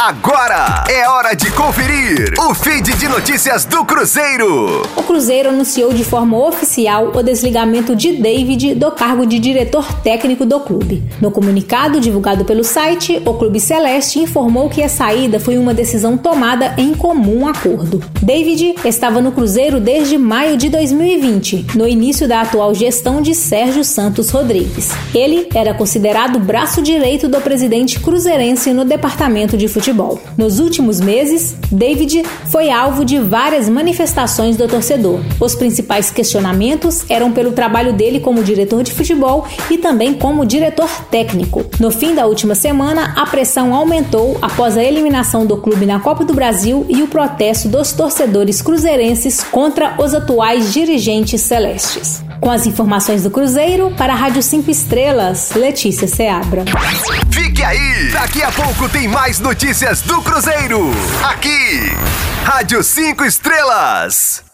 Agora é hora de conferir o feed de notícias do Cruzeiro. O Cruzeiro anunciou de forma oficial o desligamento de David do cargo de diretor técnico do clube. No comunicado divulgado pelo site, o Clube Celeste informou que a saída foi uma decisão tomada em comum acordo. David estava no Cruzeiro desde maio de 2020, no início da atual gestão de Sérgio Santos Rodrigues. Ele era considerado o braço direito do presidente cruzeirense no departamento de futebol. Nos últimos meses, David foi alvo de várias manifestações do torcedor. Os principais questionamentos eram pelo trabalho dele como diretor de futebol e também como diretor técnico. No fim da última semana, a pressão aumentou após a eliminação do clube na Copa do Brasil e o protesto dos torcedores cruzeirenses contra os atuais dirigentes celestes. Com as informações do Cruzeiro, para a Rádio 5 Estrelas, Letícia Seabra. Fique aí! Daqui a pouco tem mais notícias do Cruzeiro. Aqui, Rádio 5 Estrelas.